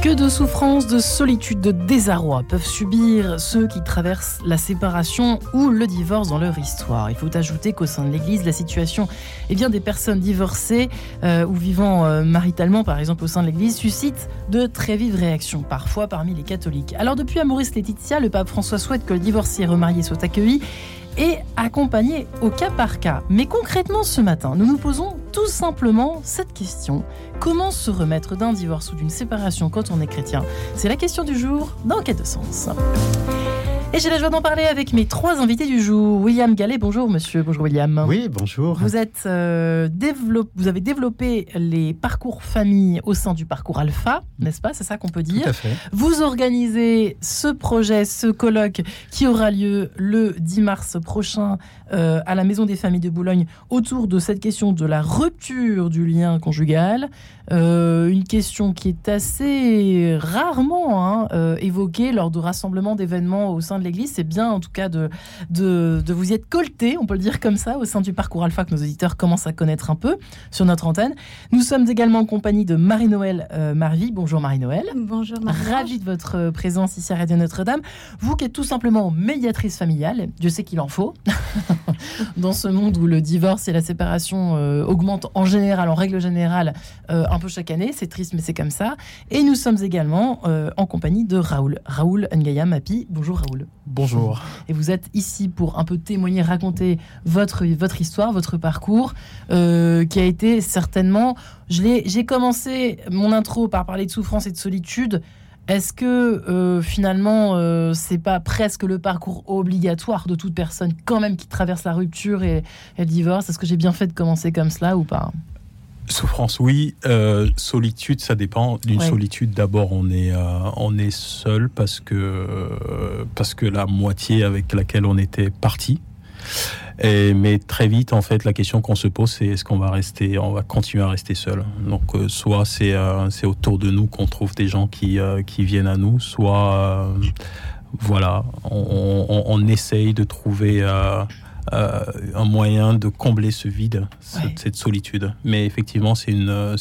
Que de souffrance, de solitude, de désarroi peuvent subir ceux qui traversent la séparation ou le divorce dans leur histoire. Il faut ajouter qu'au sein de l'Église, la situation des personnes divorcées ou vivant maritalement, par exemple au sein de l'Église, suscite de très vives réactions, parfois parmi les catholiques. Alors depuis Amoris Laetitia, le pape François souhaite que le divorcé remarié soit accueilli et accompagné au cas par cas. Mais concrètement, ce matin, nous nous posons tout simplement cette question. Comment se remettre d'un divorce ou d'une séparation quand on est chrétien ? C'est la question du jour dans Quête de Sens. Et j'ai la joie d'en parler avec mes trois invités du jour. William Gallet, bonjour monsieur. Bonjour William. Oui, bonjour. Vous avez développé les parcours famille au sein du parcours Alpha, n'est-ce pas ? C'est ça qu'on peut dire. Tout à fait. Vous organisez ce projet, ce colloque qui aura lieu le 10 mars prochain à la Maison des Familles de Boulogne autour de cette question de la rupture du lien conjugal. Une question qui est assez rarement évoquée lors de rassemblements d'événements au sein de l'Église. C'est bien en tout cas de vous y être colté, on peut le dire comme ça, au sein du parcours Alpha que nos auditeurs commencent à connaître un peu sur notre antenne. Nous sommes également en compagnie de Marie-Noël Marvy. Bonjour Marie-Noël. Bonjour Marie. Ravie de votre présence ici à Radio Notre-Dame. Vous qui êtes tout simplement médiatrice familiale, Dieu sait qu'il en faut, dans ce monde où le divorce et la séparation augmentent en général, en règle générale, un peu chaque année. C'est triste mais c'est comme ça. Et nous sommes également en compagnie de Raoul Ngaya Mapi. Bonjour Raoul. Bonjour. Et vous êtes ici pour un peu témoigner, raconter votre histoire, votre parcours, qui a été certainement... J'ai commencé mon intro par parler de souffrance et de solitude. Est-ce que finalement, c'est pas presque le parcours obligatoire de toute personne quand même qui traverse la rupture et le divorce ? Est-ce que j'ai bien fait de commencer comme cela ou pas ? Souffrance, oui. Solitude, ça dépend. D'une solitude, d'abord, on est seul parce que la moitié avec laquelle on était parti. Mais très vite, en fait, la question qu'on se pose, c'est est-ce qu'on va continuer à rester seul. Donc, soit c'est autour de nous qu'on trouve des gens qui viennent à nous, soit on essaye de trouver un moyen de combler ce vide, cette solitude. Mais effectivement, c'est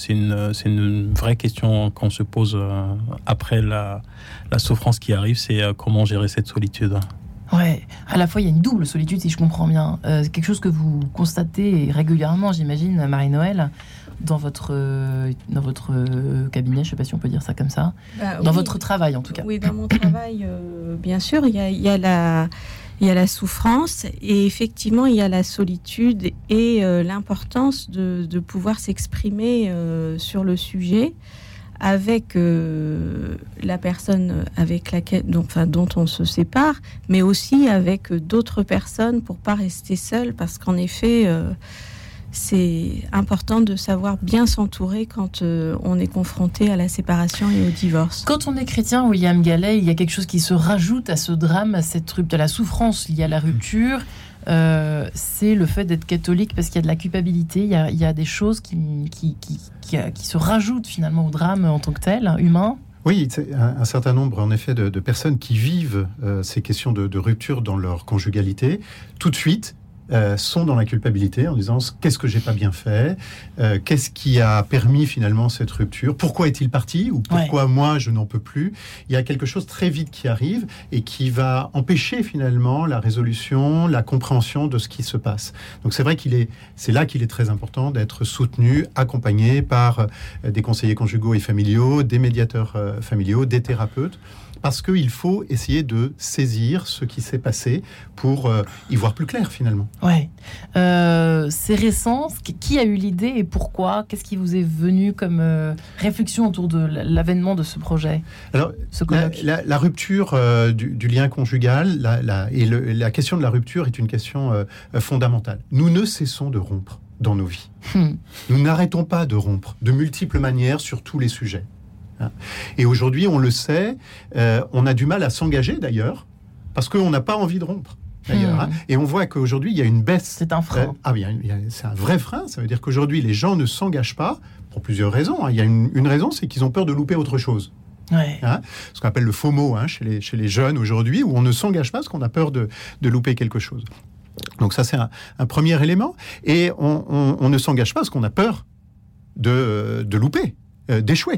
une vraie question qu'on se pose après la souffrance qui arrive, c'est comment gérer cette solitude. Ouais, à la fois il y a une double solitude si je comprends bien. C'est quelque chose que vous constatez régulièrement, j'imagine, Marie-Noël, dans votre cabinet, je ne sais pas si on peut dire ça comme ça, dans votre travail en tout cas. Oui, dans mon travail, bien sûr, il y a la souffrance et effectivement il y a la solitude et l'importance de pouvoir s'exprimer sur le sujet avec la personne avec laquelle, dont on se sépare, mais aussi avec d'autres personnes pour pas rester seul, parce qu'en effet, c'est important de savoir bien s'entourer quand on est confronté à la séparation et au divorce. Quand on est chrétien, William Gallet, il y a quelque chose qui se rajoute à ce drame, à cette rupture, à la souffrance liée à la rupture. C'est le fait d'être catholique, parce qu'il y a de la culpabilité, il y a des choses qui se rajoutent finalement au drame en tant que tel, humain. Oui, un certain nombre en effet de personnes qui vivent ces questions de rupture dans leur conjugalité, tout de suite sont dans la culpabilité en disant qu'est-ce que j'ai pas bien fait, qu'est-ce qui a permis finalement cette rupture, pourquoi est-il parti ou pourquoi moi je n'en peux plus. Il y a quelque chose très vite qui arrive et qui va empêcher finalement la résolution, la compréhension de ce qui se passe. Donc c'est vrai c'est là qu'il est très important d'être soutenu, accompagné par des conseillers conjugaux et familiaux, des médiateurs familiaux, des thérapeutes, parce qu'il faut essayer de saisir ce qui s'est passé pour y voir plus clair finalement. Ouais. C'est récent. Qui a eu l'idée et pourquoi ? Qu'est-ce qui vous est venu comme réflexion autour de l'avènement de ce projet ? Alors, la rupture du lien conjugal, la question de la rupture est une question fondamentale. Nous ne cessons de rompre dans nos vies. Nous n'arrêtons pas de rompre de multiples manières sur tous les sujets. Et aujourd'hui, on le sait, on a du mal à s'engager d'ailleurs, parce qu'on n'a pas envie de rompre. D'ailleurs, Et on voit qu'aujourd'hui, il y a une baisse. C'est un frein. C'est un vrai frein. Ça veut dire qu'aujourd'hui, les gens ne s'engagent pas pour plusieurs raisons. Il y a une raison, c'est qu'ils ont peur de louper autre chose. Ouais. Ce qu'on appelle le FOMO chez les jeunes aujourd'hui, où on ne s'engage pas parce qu'on a peur de louper quelque chose. Donc ça, c'est un premier élément. Et on ne s'engage pas parce qu'on a peur de louper, d'échouer.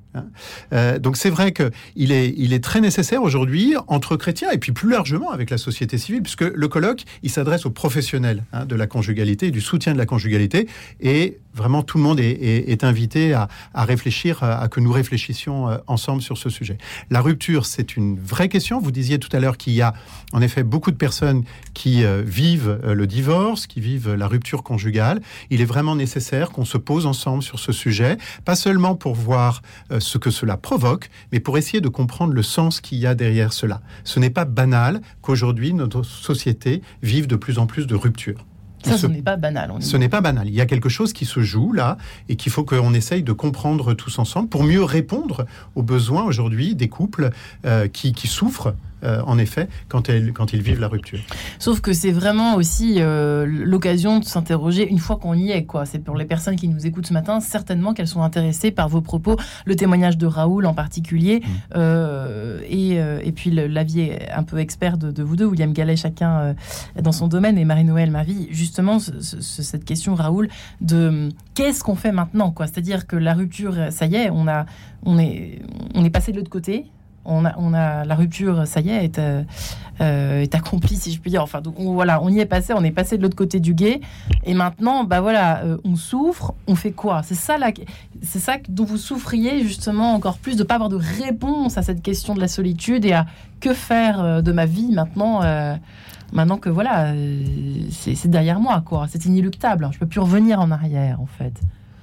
Donc c'est vrai qu'il est très nécessaire aujourd'hui entre chrétiens et puis plus largement avec la société civile, puisque le colloque, il s'adresse aux professionnels de la conjugalité et du soutien de la conjugalité, et vraiment tout le monde est invité à réfléchir, à que nous réfléchissions ensemble sur ce sujet. La rupture, c'est une vraie question. Vous disiez tout à l'heure qu'il y a en effet beaucoup de personnes qui vivent le divorce, qui vivent la rupture conjugale. Il est vraiment nécessaire qu'on se pose ensemble sur ce sujet, pas seulement pour voir ce que cela provoque, mais pour essayer de comprendre le sens qu'il y a derrière cela. Ce n'est pas banal qu'aujourd'hui notre société vive de plus en plus de ruptures. Ce n'est pas banal. Ce n'est pas banal. Il y a quelque chose qui se joue là et qu'il faut qu'on essaye de comprendre tous ensemble pour mieux répondre aux besoins aujourd'hui des couples qui souffrent. En effet, quand ils vivent la rupture. Sauf que c'est vraiment aussi l'occasion de s'interroger une fois qu'on y est, quoi. C'est pour les personnes qui nous écoutent ce matin, certainement qu'elles sont intéressées par vos propos, le témoignage de Raoul en particulier, et puis l'avis un peu expert de vous deux, William Gallet, chacun dans son domaine, et Marie-Noëlle Mavie, justement cette question, Raoul, de qu'est-ce qu'on fait maintenant, quoi. C'est-à-dire que la rupture, ça y est, on est passé de l'autre côté. On a la rupture, ça y est, est accomplie, si je puis dire. Enfin, donc on y est passé, on est passé de l'autre côté du gué, et maintenant, on souffre, on fait quoi ? C'est ça dont vous souffriez justement encore plus, de pas avoir de réponse à cette question de la solitude et à que faire de ma vie maintenant. Maintenant que c'est derrière moi, quoi. C'est inéluctable. Je peux plus revenir en arrière, en fait.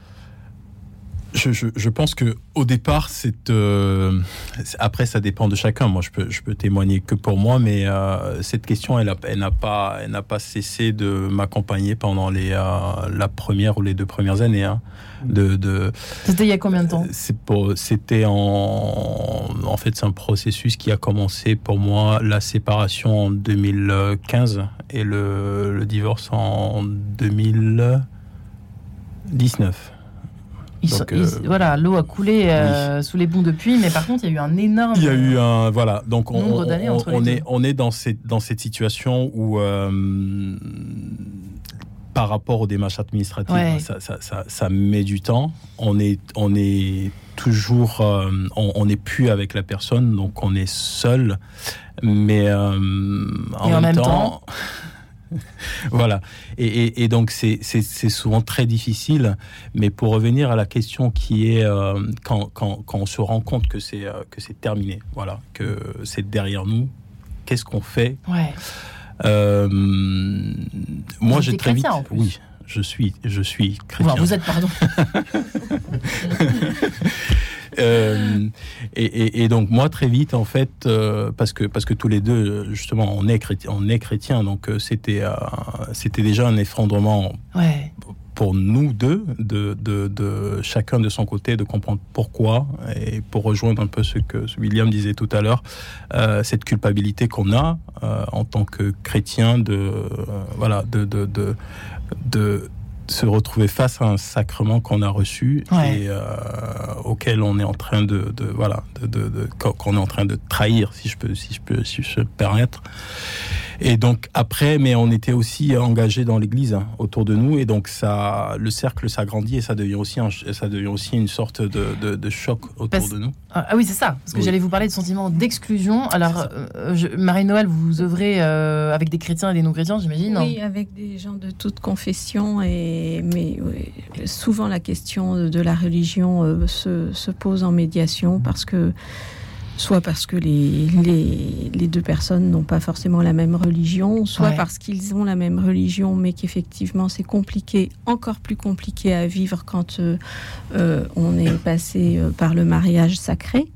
Je pense que au départ, après ça dépend de chacun. Moi, je peux témoigner que pour moi, mais cette question, elle n'a pas cessé de m'accompagner pendant la première ou les 2 premières années. C'était il y a combien de temps ? C'était en fait, c'est un processus qui a commencé pour moi, la séparation en 2015 et le divorce en 2019. L'eau a coulé sous les ponts depuis, mais par contre, il y a eu un énorme. Il y a eu donc nombre d'années entre les deux. On est dans cette situation où, par rapport aux démarches administratives, ça met du temps. On est toujours, on n'est plus avec la personne, donc on est seul, mais en même temps. Voilà, et donc c'est souvent très difficile, mais pour revenir à la question qui est quand on se rend compte que c'est terminé, voilà, que c'est derrière nous, qu'est-ce qu'on fait ? Moi j'ai très vite, oui, je suis chrétien. Vous êtes, pardon. Et donc moi très vite en fait parce que tous les deux justement on est chrétiens, donc c'était déjà un effondrement pour nous deux de chacun de son côté, de comprendre pourquoi, et pour rejoindre un peu ce que William disait tout à l'heure, cette culpabilité qu'on a en tant que chrétien de se retrouver face à un sacrement qu'on a reçu et auquel on est en train qu'on est en train de trahir, si je peux me permettre. Et donc après, mais on était aussi engagés dans l'Église autour de nous, et donc le cercle s'agrandit et ça devient aussi une sorte de choc autour de nous. Ah oui, c'est ça. Parce que j'allais vous parler de sentiment d'exclusion. Alors, Marie-Noëlle, vous œuvrez avec des chrétiens et des non-chrétiens, j'imagine. Oui, avec des gens de toute confession, mais souvent la question de la religion se pose en médiation soit parce que les 2 personnes n'ont pas forcément la même religion, soit parce qu'ils ont la même religion, mais qu'effectivement c'est compliqué, encore plus compliqué à vivre quand on est passé par le mariage sacré.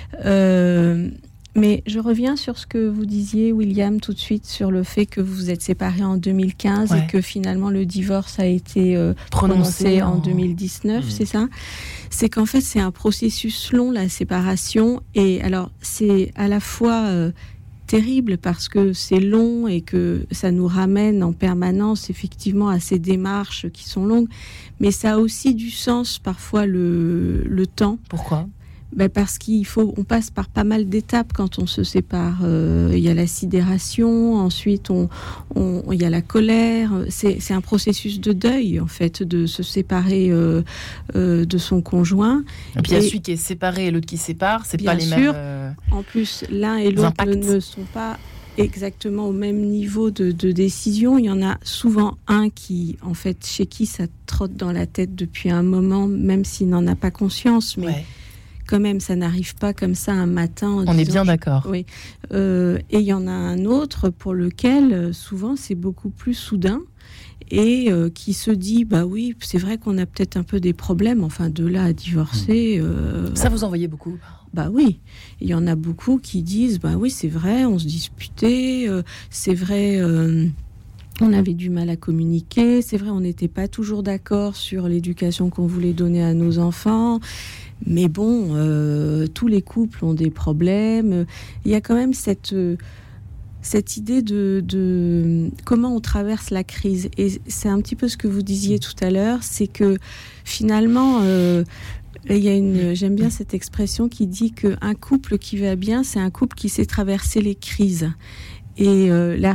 Mais je reviens sur ce que vous disiez, William, tout de suite, sur le fait que vous êtes séparés en 2015 et que finalement le divorce a été prononcé en 2019, c'est ça ? C'est qu'en fait, c'est un processus long, la séparation. Et alors, c'est à la fois terrible parce que c'est long et que ça nous ramène en permanence, effectivement, à ces démarches qui sont longues. Mais ça a aussi du sens, parfois, le temps. Pourquoi ? Parce on passe par pas mal d'étapes quand on se sépare. Il y a la sidération, ensuite il y a la colère. C'est un processus de deuil, en fait, de se séparer de son conjoint. Et puis il y a celui qui est séparé et l'autre qui sépare, c'est pas les sûr, mêmes. En plus, l'un et l'autre ne sont pas exactement au même niveau de décision. Il y en a souvent un chez qui ça trotte dans la tête depuis un moment, même s'il n'en a pas conscience, mais quand même, ça n'arrive pas comme ça un matin. On est bien d'accord. Oui. Et il y en a un autre pour lequel, souvent, c'est beaucoup plus soudain et qui se dit, oui, c'est vrai qu'on a peut-être un peu des problèmes, enfin, de là à divorcer. Ça, vous en voyez beaucoup ? Oui. Il y en a beaucoup qui disent, oui, c'est vrai, on se disputait, c'est vrai... on avait du mal à communiquer, c'est vrai, on n'était pas toujours d'accord sur l'éducation qu'on voulait donner à nos enfants, mais bon, tous les couples ont des problèmes. Il y a quand même cette idée de comment on traverse la crise. Et c'est un petit peu ce que vous disiez tout à l'heure, c'est que finalement... j'aime bien cette expression qui dit qu'un couple qui va bien, c'est un couple qui sait traverser les crises. Et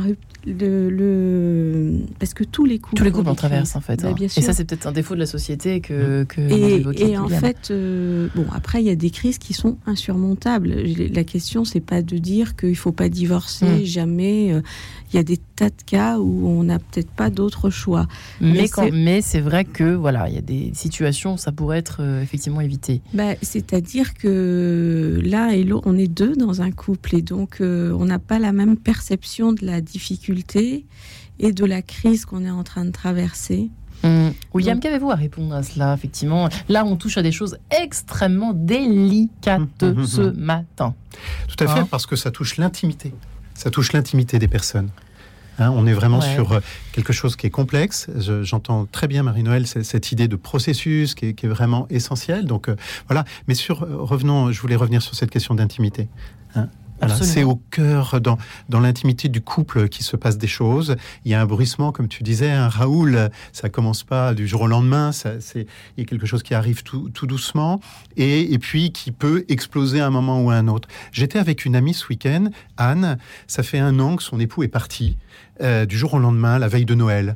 parce que tous les couples en traversent en fait. Bien sûr. Et ça, c'est peut-être un défaut de la société que et en fait, après, il y a des crises qui sont insurmontables. La question, c'est pas de dire qu'il faut pas divorcer, jamais. Il y a des tas de cas où on n'a peut-être pas d'autre choix. Mais c'est vrai que il y a des situations où ça pourrait être effectivement évité. C'est-à-dire que l'un et l'autre, on est deux dans un couple et donc on n'a pas la même perception de la difficulté et de la crise qu'on est en train de traverser. William, qu'avez-vous à répondre à cela, effectivement ? Là, on touche à des choses extrêmement délicates ce matin. Tout à fait, parce que ça touche l'intimité. Ça touche l'intimité des personnes. On est vraiment sur quelque chose qui est complexe. J'entends très bien, Marie-Noëlle, cette idée de processus qui est vraiment essentielle. Donc, voilà. Mais je voulais revenir sur cette question d'intimité. Voilà, c'est au cœur, dans l'intimité du couple qui se passe des choses. Il y a un bruissement, comme tu disais, Raoul, ça commence pas du jour au lendemain, il y a quelque chose qui arrive tout doucement et puis qui peut exploser à un moment ou à un autre. J'étais avec une amie ce week-end, Anne, ça fait 1 an que son époux est parti, du jour au lendemain, la veille de Noël.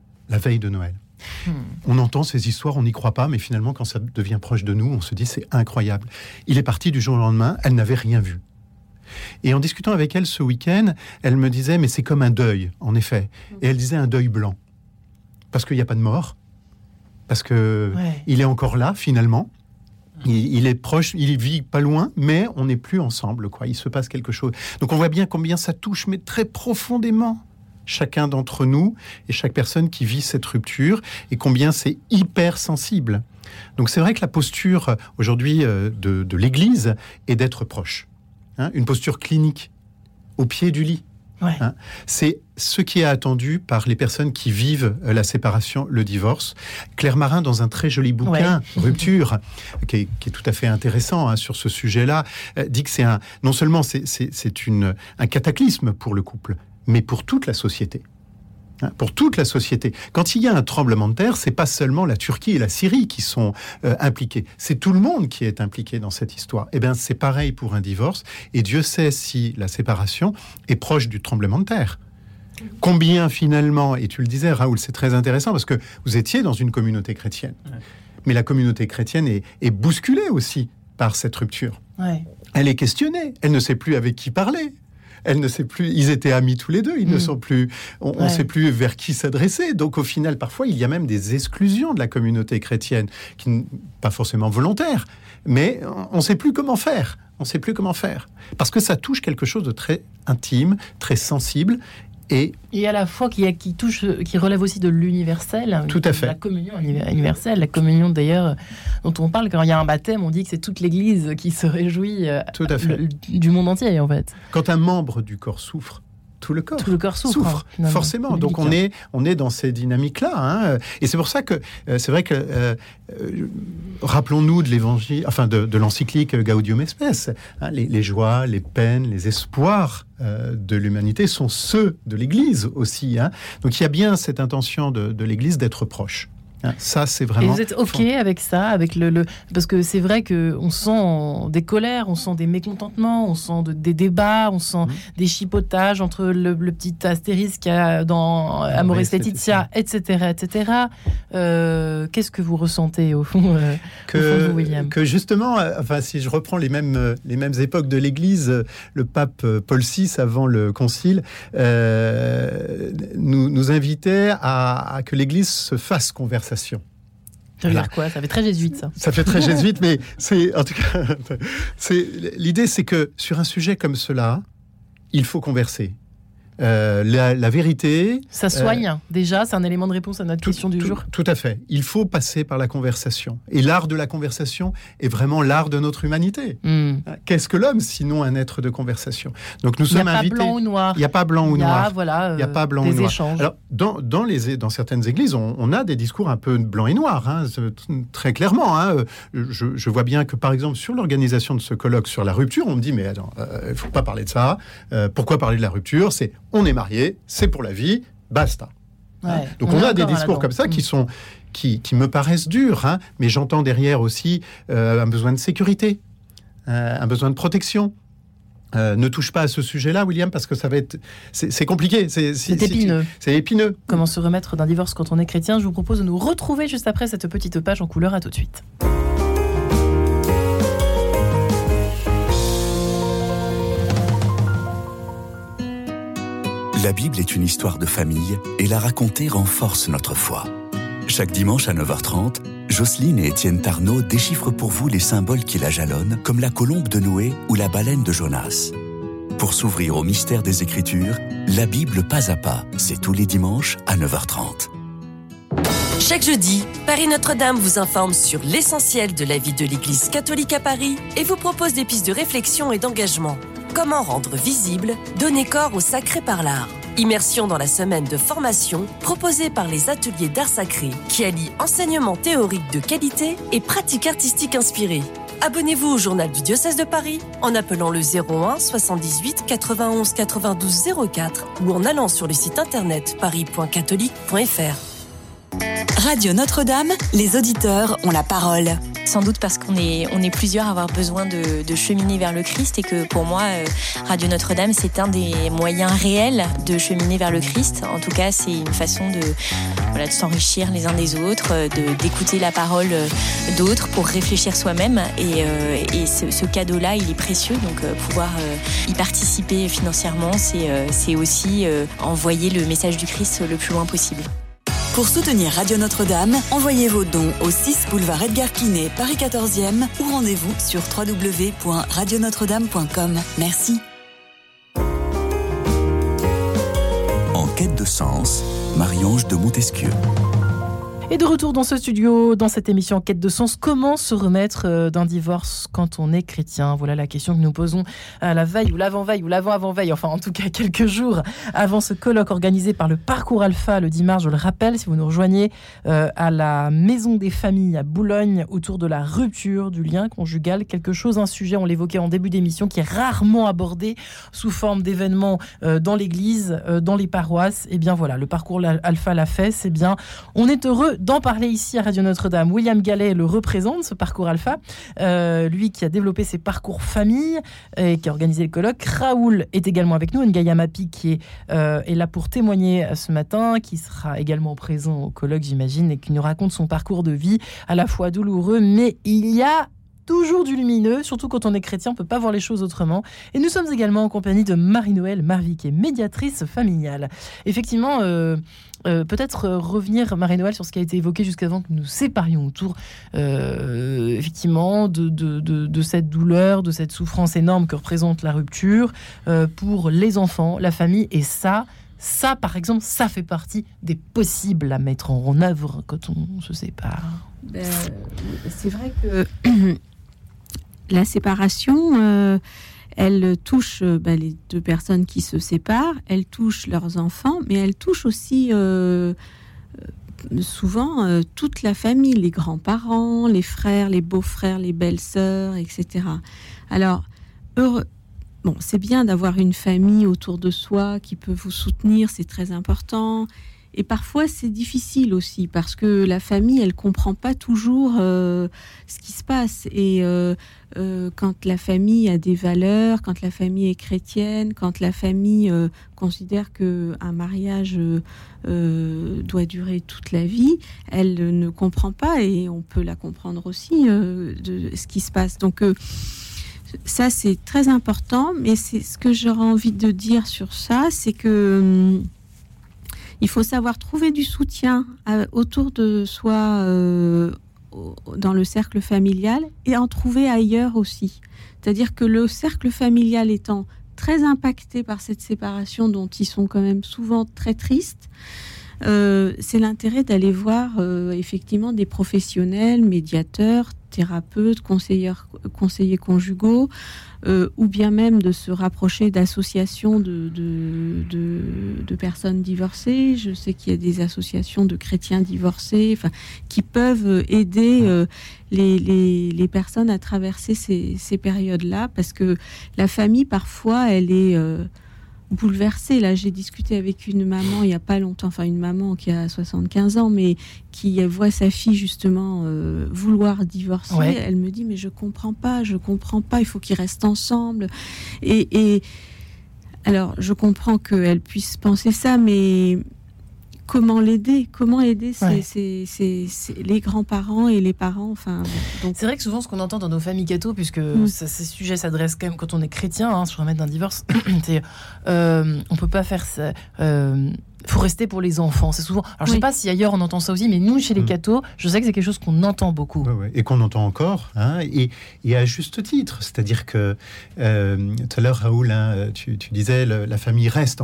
On entend ces histoires, on n'y croit pas, mais finalement, quand ça devient proche de nous, on se dit c'est incroyable. Il est parti du jour au lendemain, elle n'avait rien vu. Et en discutant avec elle ce week-end, elle me disait, mais c'est comme un deuil, en effet. Et elle disait un deuil blanc. Parce qu'il n'y a pas de mort. Parce qu'il est encore là, finalement. Il est proche, il vit pas loin, mais on n'est plus ensemble, quoi. Il se passe quelque chose. Donc on voit bien combien ça touche, mais très profondément, chacun d'entre nous et chaque personne qui vit cette rupture, et combien c'est hyper sensible. Donc c'est vrai que la posture, aujourd'hui, de l'Église est d'être proche. Une posture clinique, au pied du lit. C'est ce qui est attendu par les personnes qui vivent la séparation, le divorce. Claire Marin, dans un très joli bouquin, Rupture, qui est tout à fait intéressant sur ce sujet-là, dit que non seulement c'est un cataclysme pour le couple, mais pour toute la société. Pour toute la société. Quand il y a un tremblement de terre, c'est pas seulement la Turquie et la Syrie qui sont impliqués, c'est tout le monde qui est impliqué dans cette histoire. Eh bien, c'est pareil pour un divorce, et Dieu sait si la séparation est proche du tremblement de terre. Combien finalement, et tu le disais Raoul, c'est très intéressant parce que vous étiez dans une communauté chrétienne, mais la communauté chrétienne est bousculée aussi par cette rupture. Elle est questionnée, elle ne sait plus avec qui parler. Elle ne sait plus, ils étaient amis tous les deux, ils ne sont plus, on ne sait plus vers qui s'adresser. Donc au final, parfois, il y a même des exclusions de la communauté chrétienne, qui pas forcément volontaires, mais on ne sait plus comment faire. On ne sait plus comment faire. Parce que ça touche quelque chose de très intime, très sensible. Et à la fois qui relève aussi de l'universel. Tout à fait. La communion universelle, la communion d'ailleurs dont on parle quand il y a un baptême, on dit que c'est toute l'Église qui se réjouit du monde entier en fait. Quand un membre du corps souffre, tout le corps souffre forcément. Donc on est dans ces dynamiques-là. Et c'est pour ça que c'est vrai que rappelons-nous de l'évangile, enfin de l'encyclique Gaudium et Spes. Les joies, les peines, les espoirs de l'humanité sont ceux de l'Église aussi. Donc il y a bien cette intention de l'Église d'être proche. Ça, c'est vraiment... Et vous êtes OK avec ça, avec parce que c'est vrai qu'on sent des colères, on sent des mécontentements, on sent des débats, on sent des chipotages entre le petit astérisque qu'il y a dans Amoris Laetitia, etc. Qu'est-ce que vous ressentez au fond, de vous, William ? Que justement, si je reprends les mêmes époques de l'Église, le pape Paul VI, avant le Concile, nous invitait à que l'Église se fasse conversation. Ça veut dire quoi ? Ça fait très jésuite, ça. Ça fait très jésuite, mais en tout cas, l'idée, c'est que sur un sujet comme cela, il faut converser. La vérité... Ça soigne, déjà, c'est un élément de réponse à notre question du jour. Tout à fait. Il faut passer par la conversation. Et l'art de la conversation est vraiment l'art de notre humanité. Qu'est-ce que l'homme, sinon un être de conversation ? Donc nous sommes invités... Il n'y a pas blanc ou noir. Il n'y a pas blanc ou noir. Il n'y a pas blanc ou noir. Échanges. Alors, dans certaines églises, on a des discours un peu blanc et noir, très clairement. Je vois bien que, par exemple, sur l'organisation de ce colloque sur la rupture, on me dit, mais attends, il ne faut pas parler de ça. Pourquoi parler de la rupture ? On est marié, c'est pour la vie, basta. Donc on a des discours comme ça qui me paraissent durs, mais j'entends derrière aussi un besoin de sécurité, un besoin de protection. Ne touche pas à ce sujet-là, William, parce que ça va être... C'est compliqué. C'est épineux. C'est épineux. Comment se remettre d'un divorce quand on est chrétien ? Je vous propose de nous retrouver juste après cette petite page en couleur. À tout de suite. La Bible est une histoire de famille et la raconter renforce notre foi. Chaque dimanche à 9h30, Jocelyne et Étienne Tarnot déchiffrent pour vous les symboles qui la jalonnent, comme la colombe de Noé ou la baleine de Jonas. Pour s'ouvrir au mystère des Écritures, la Bible pas à pas, c'est tous les dimanches à 9h30. Chaque jeudi, Paris Notre-Dame vous informe sur l'essentiel de la vie de l'Église catholique à Paris et vous propose des pistes de réflexion et d'engagement. Comment rendre visible, donner corps au sacré par l'art. Immersion dans la semaine de formation proposée par les ateliers d'art sacré qui allient enseignement théorique de qualité et pratique artistique inspirée. Abonnez-vous au journal du diocèse de Paris en appelant le 01 78 91 92 04 ou en allant sur le site internet paris.catholique.fr. Radio Notre-Dame, les auditeurs ont la parole. Sans doute parce qu'on est plusieurs à avoir besoin de cheminer vers le Christ et que pour moi, Radio Notre-Dame, c'est un des moyens réels de cheminer vers le Christ. En tout cas, c'est une façon de s'enrichir les uns des autres, d'écouter la parole d'autres pour réfléchir soi-même. Et ce cadeau-là, il est précieux. Donc, pouvoir y participer financièrement, c'est aussi envoyer le message du Christ le plus loin possible. Pour soutenir Radio Notre-Dame, envoyez vos dons au 6 boulevard Edgar Quinet, Paris 14e ou rendez-vous sur www.radionotre-dame.com. Merci. En quête de sens, Marie-Ange de Montesquieu. Et de retour dans ce studio, dans cette émission Quête de sens, comment se remettre d'un divorce quand on est chrétien ? Voilà la question que nous posons à la veille ou l'avant-veille ou l'avant-avant-veille, enfin en tout cas quelques jours avant ce colloque organisé par le Parcours Alpha le 10 mars. Je le rappelle, si vous nous rejoignez à la Maison des Familles à Boulogne autour de la rupture du lien conjugal, un sujet, on l'évoquait en début d'émission, qui est rarement abordé sous forme d'événements dans l'église, dans les paroisses. Et bien voilà, le Parcours Alpha l'a fait, c'est bien. On est heureux d'en parler ici à Radio Notre-Dame. William Gallet le représente, ce Parcours Alpha, lui qui a développé ses parcours famille et qui a organisé le colloque. Raoul est également avec nous, Ngaïa Mapi qui est là pour témoigner ce matin, qui sera également présent au colloque, j'imagine, et qui nous raconte son parcours de vie à la fois douloureux, mais il y a toujours du lumineux, surtout quand on est chrétien, on ne peut pas voir les choses autrement. Et nous sommes également en compagnie de Marie-Noëlle Marvy, qui est médiatrice familiale. Effectivement, peut-être revenir, Marie-Noëlle, sur ce qui a été évoqué jusqu'avant que nous nous séparions autour, effectivement, de cette douleur, de cette souffrance énorme que représente la rupture pour les enfants, la famille, et ça, par exemple, ça fait partie des possibles à mettre en œuvre quand on se sépare. C'est vrai que la séparation, elle touche les deux personnes qui se séparent, elle touche leurs enfants, mais elle touche aussi souvent toute la famille, les grands-parents, les frères, les beaux-frères, les belles-sœurs, etc. Alors, c'est bien d'avoir une famille autour de soi qui peut vous soutenir, c'est très important. et parfois c'est difficile aussi parce que la famille, elle comprend pas toujours ce qui se passe. Et quand la famille a des valeurs, quand la famille est chrétienne, quand la famille considère qu'un mariage doit durer toute la vie, elle ne comprend pas, et on peut la comprendre aussi de ce qui se passe. Donc ça, c'est très important, mais c'est ce que j'aurais envie de dire sur ça, c'est que il faut savoir trouver du soutien autour de soi dans le cercle familial, et en trouver ailleurs aussi. C'est-à-dire que le cercle familial étant très impacté par cette séparation dont ils sont quand même souvent très tristes, c'est l'intérêt d'aller voir effectivement des professionnels, médiateurs, thérapeutes, conseillers conjugaux, ou bien même de se rapprocher d'associations de personnes divorcées. Je sais qu'il y a des associations de chrétiens divorcés, qui peuvent aider les personnes à traverser ces périodes-là, parce que la famille, parfois, elle est bouleversée. Là, j'ai discuté avec une maman il n'y a pas longtemps, une maman qui a 75 ans, mais qui voit sa fille justement vouloir divorcer. Ouais. Elle me dit, mais je comprends pas, il faut qu'ils restent ensemble. Et alors, je comprends qu'elle puisse penser ça, mais comment l'aider ? Comment aider les grands-parents et les parents ? Donc... C'est vrai que souvent, ce qu'on entend dans nos familles catho, puisque ces sujets s'adressent quand même quand on est chrétien, sur le remède d'un divorce, c'est on peut pas faire ça. Faut rester pour les enfants. C'est souvent. Alors, je sais pas si ailleurs on entend ça aussi, mais nous, chez les cathos, je sais que c'est quelque chose qu'on entend beaucoup. Et qu'on entend encore, et à juste titre. C'est-à-dire que tout à l'heure, Raoul, tu disais la famille reste.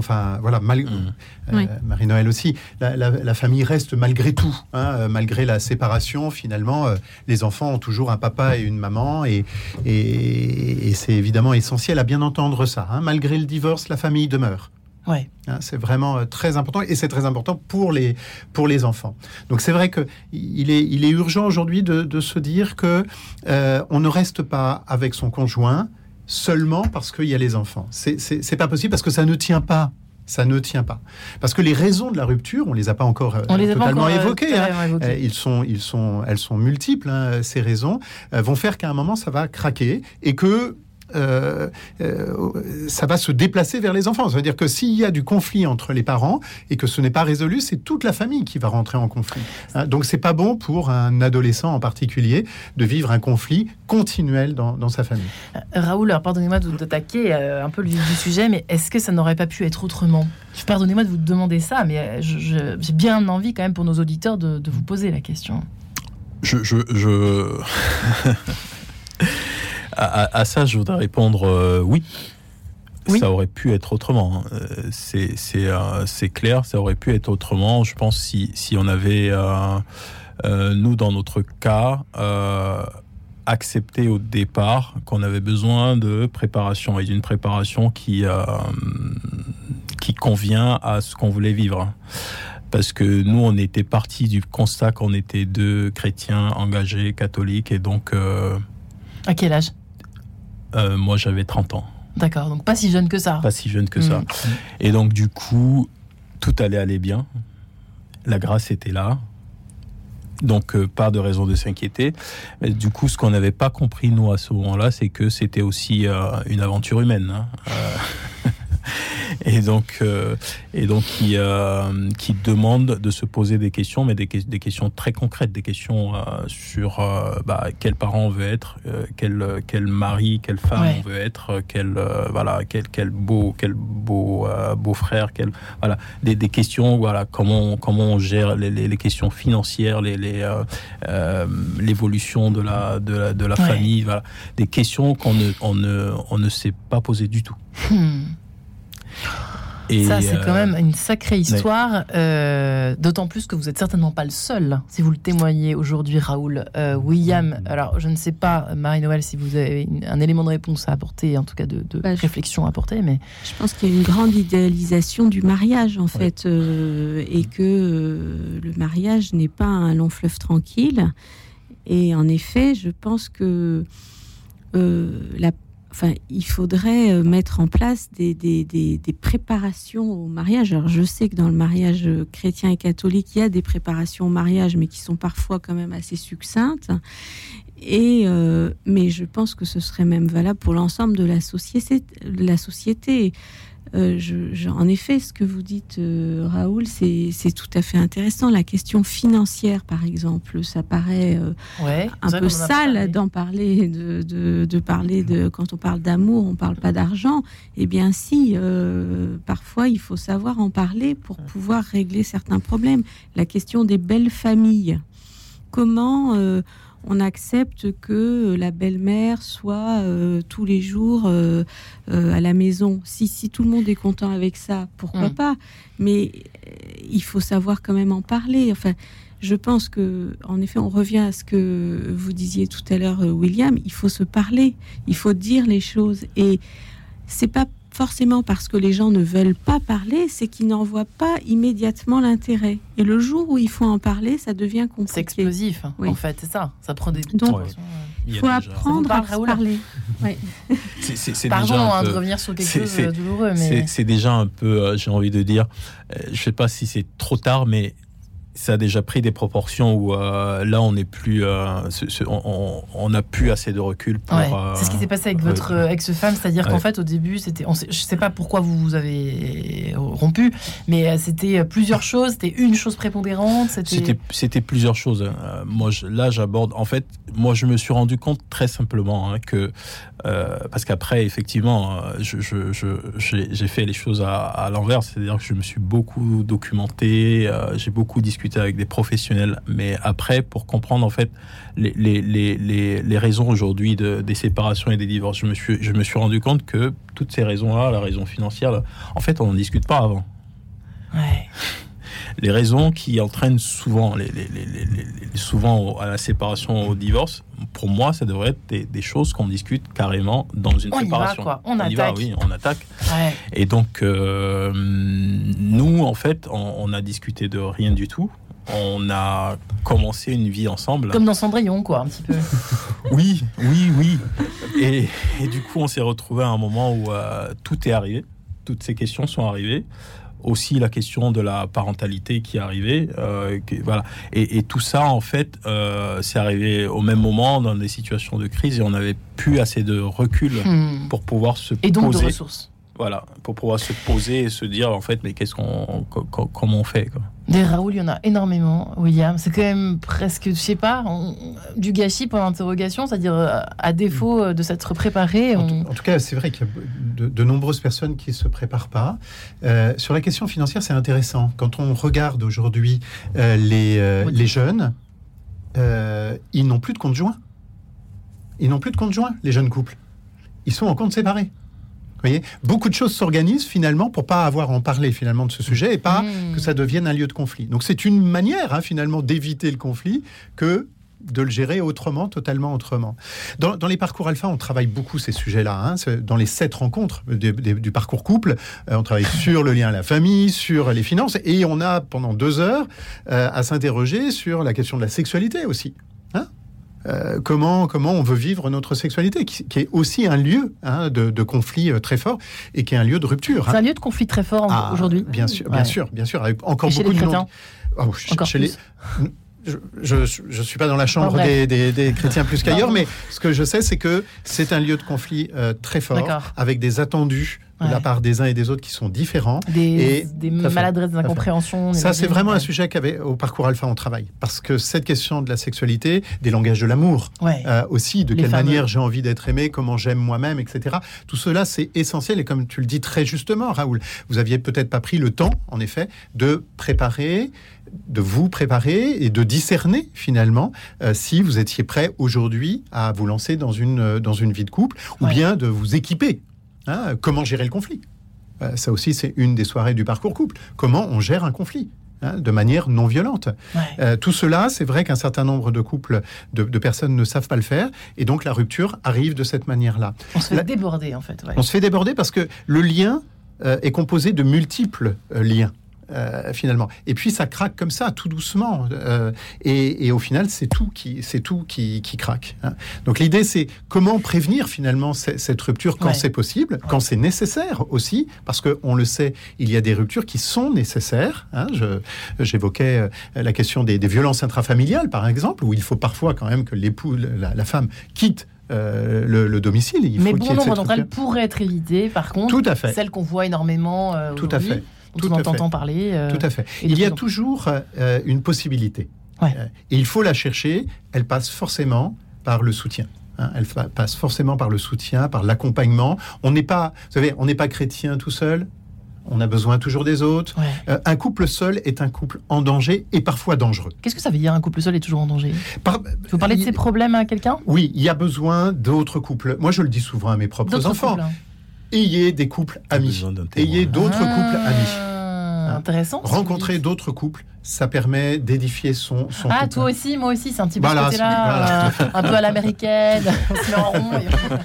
Marie-Noël aussi. La famille reste malgré tout, malgré la séparation. Finalement, les enfants ont toujours un papa et une maman, et c'est évidemment essentiel à bien entendre ça. Malgré le divorce, la famille demeure. Ouais. C'est vraiment très important, et c'est très important pour les enfants. Donc c'est vrai que il est urgent aujourd'hui de se dire que on ne reste pas avec son conjoint seulement parce qu'il y a les enfants. C'est pas possible, parce que ça ne tient pas. Ça ne tient pas. Parce que les raisons de la rupture, on les a pas encore totalement évoquées. Elles sont multiples. Ces raisons vont faire qu'à un moment ça va craquer, et que ça va se déplacer vers les enfants. Ça veut dire que s'il y a du conflit entre les parents et que ce n'est pas résolu, c'est toute la famille qui va rentrer en conflit. Donc c'est pas bon pour un adolescent en particulier de vivre un conflit continuel dans sa famille. Raoul, alors pardonnez-moi de vous attaquer un peu le vif du sujet, mais est-ce que ça n'aurait pas pu être autrement ? Pardonnez-moi de vous demander ça, mais j'ai bien envie quand même pour nos auditeurs de vous poser la question. À ça, je voudrais répondre oui. Ça aurait pu être autrement. C'est clair, ça aurait pu être autrement. Je pense si on avait, nous, dans notre cas, accepté au départ qu'on avait besoin de préparation, et d'une préparation qui convient à ce qu'on voulait vivre. Parce que nous, on était partis du constat qu'on était deux chrétiens engagés, catholiques, et donc... À quel âge ? Moi, j'avais 30 ans. D'accord, donc pas si jeune que ça. Pas si jeune que ça. Et donc, du coup, tout allait bien. La grâce était là. Donc, pas de raison de s'inquiéter. Mais du coup, ce qu'on n'avait pas compris, nous, à ce moment-là, c'est que c'était aussi une aventure humaine. Et donc qui demande de se poser des questions, mais des questions très concrètes, des questions sur quel parent on veut être, quel mari, quelle femme on veut être, quel beau frère, des questions, comment on gère les questions financières, l'évolution de la famille, des questions qu'on ne s'est pas posées du tout. Et ça, c'est quand même une sacrée histoire, d'autant plus que vous n'êtes certainement pas le seul, si vous le témoignez aujourd'hui, Raoul. William, alors je ne sais pas, Marie-Noël, si vous avez un élément de réponse à apporter, en tout cas de réflexion à apporter, mais... Je pense qu'il y a une grande idéalisation du mariage, en fait, et que le mariage n'est pas un long fleuve tranquille. Et en effet, je pense que il faudrait mettre en place des préparations au mariage. Alors, je sais que dans le mariage chrétien et catholique, il y a des préparations au mariage, mais qui sont parfois quand même assez succinctes. Mais je pense que ce serait même valable pour l'ensemble de la société. En effet, ce que vous dites, Raoul, c'est tout à fait intéressant. La question financière, par exemple, ça paraît un peu sale d'en parler, de parler de quand on parle d'amour, on parle pas d'argent. Eh bien, si, parfois, il faut savoir en parler pour pouvoir régler certains problèmes. La question des belles familles. Comment on accepte que la belle-mère soit tous les jours à la maison. Si tout le monde est content avec ça, pourquoi pas ? Mais il faut savoir quand même en parler. Enfin, je pense que, en effet, on revient à ce que vous disiez tout à l'heure, William. Il faut se parler, il faut dire les choses. Et c'est pas forcément parce que les gens ne veulent pas parler, c'est qu'ils n'en voient pas immédiatement l'intérêt. Et le jour où il faut en parler, ça devient compliqué. C'est explosif, en fait, c'est ça. Ça prend des... Donc, il faut apprendre à parler. Ouais. Pardon de revenir sur quelque chose de douloureux, mais... C'est déjà un peu, j'ai envie de dire, je ne sais pas si c'est trop tard, mais ça a déjà pris des proportions où là on n'est plus, on n'a plus assez de recul pour. C'est ce qui s'est passé avec votre ex-femme, c'est-à-dire qu'en fait au début c'était, je sais pas pourquoi vous avez rompu, mais c'était plusieurs choses, c'était une chose prépondérante, c'était plusieurs choses. Moi j'aborde, en fait, moi je me suis rendu compte très simplement que parce qu'après effectivement j'ai fait les choses à l'envers, c'est-à-dire que je me suis beaucoup documenté, j'ai beaucoup discuté avec des professionnels, mais après pour comprendre en fait les raisons aujourd'hui des séparations et des divorces, je me suis rendu compte que toutes ces raisons-là, la raison financière, en fait on n'en discute pas avant. Ouais. Les raisons qui entraînent souvent souvent à la séparation, au divorce, pour moi ça devrait être des choses qu'on discute carrément dans une séparation. On attaque. On attaque. Ouais. Et donc nous en fait on a discuté de rien du tout. On a commencé une vie ensemble. Comme dans Cendrillon, quoi, un petit peu. Oui. Et du coup, on s'est retrouvés à un moment où tout est arrivé. Toutes ces questions sont arrivées. Aussi, la question de la parentalité qui est arrivée. Voilà. Et tout ça, en fait, c'est arrivé au même moment dans des situations de crise et on n'avait plus assez de recul pour pouvoir se poser. Et donc de ressources. Voilà, pour pouvoir se poser et se dire, en fait, mais comment on fait, quoi. Des Raoul, il y en a énormément, William. C'est quand même presque, je sais pas, du gâchis pour l'interrogation, c'est-à-dire à défaut de s'être préparé. En tout cas, c'est vrai qu'il y a de nombreuses personnes qui ne se préparent pas. Sur la question financière, c'est intéressant. Quand on regarde aujourd'hui les jeunes, ils n'ont plus de compte joint. Ils n'ont plus de compte joint, les jeunes couples. Ils sont en compte séparé. Vous voyez, beaucoup de choses s'organisent finalement pour pas avoir à en parler finalement de ce sujet et pas que ça devienne un lieu de conflit. Donc c'est une manière finalement d'éviter le conflit que de le gérer autrement, totalement autrement. Dans les parcours alpha, on travaille beaucoup ces sujets-là. Dans les 7 rencontres du parcours couple, on travaille sur le lien à la famille, sur les finances, et on a pendant 2 heures à s'interroger sur la question de la sexualité aussi. Comment on veut vivre notre sexualité, qui est aussi un lieu de conflit très fort et qui est un lieu de rupture. C'est un lieu de conflit très fort aujourd'hui. Bien sûr, avec encore beaucoup de monde. Je suis pas dans la chambre des chrétiens plus qu'ailleurs, mais ce que je sais, c'est que c'est un lieu de conflit très fort, avec des attendus de la part des uns et des autres qui sont différents. Des maladresses, des incompréhensions. Ça, c'est vraiment un sujet qu'au parcours alpha, on travaille. Parce que cette question de la sexualité, des langages de l'amour, aussi, de quelle manière j'ai envie d'être aimé, comment j'aime moi-même, etc. Tout cela, c'est essentiel. Et comme tu le dis très justement, Raoul, vous aviez peut-être pas pris le temps, en effet, de vous préparer et de discerner finalement si vous étiez prêt aujourd'hui à vous lancer dans une vie de couple ou bien de vous équiper. Comment gérer le conflit ? Ça aussi, c'est une des soirées du parcours couple. Comment on gère un conflit de manière non violente. Tout cela, c'est vrai qu'un certain nombre de couples, de personnes ne savent pas le faire, et donc la rupture arrive de cette manière-là. On se fait déborder, en fait. On se fait déborder parce que le lien est composé de multiples liens. finalement. Et puis ça craque comme ça, tout doucement. Et au final, c'est tout qui craque. Hein. Donc l'idée, c'est comment prévenir finalement cette rupture quand c'est possible, quand c'est nécessaire aussi, parce qu'on le sait, il y a des ruptures qui sont nécessaires. Hein. J'évoquais la question des violences intrafamiliales, par exemple, où il faut parfois quand même que l'époux, la femme, quitte le domicile. Mais bon nombre d'entre elles pourraient être évitées, par contre. Tout à fait. Celles qu'on voit énormément tout à fait. Tout on entend parler. Tout à fait. Il y a toujours une possibilité. Ouais. Et il faut la chercher. Elle passe forcément par le soutien. Hein, elle passe forcément par le soutien, par l'accompagnement. On n'est pas chrétien tout seul. On a besoin toujours des autres. Ouais. Un couple seul est un couple en danger et parfois dangereux. Qu'est-ce que ça veut dire, un couple seul est toujours en danger ? Vous parlez de ses problèmes à quelqu'un ? Oui, il y a besoin d'autres couples. Moi, je le dis souvent à mes propres enfants. Couples, hein. Ayez des couples amis. Ayez d'autres couples amis. Intéressant. Rencontrer d'autres couples, ça permet d'édifier son couple. Toi aussi, moi aussi, c'est un petit peu ce côté-là, un peu à l'américaine, on se met en rond.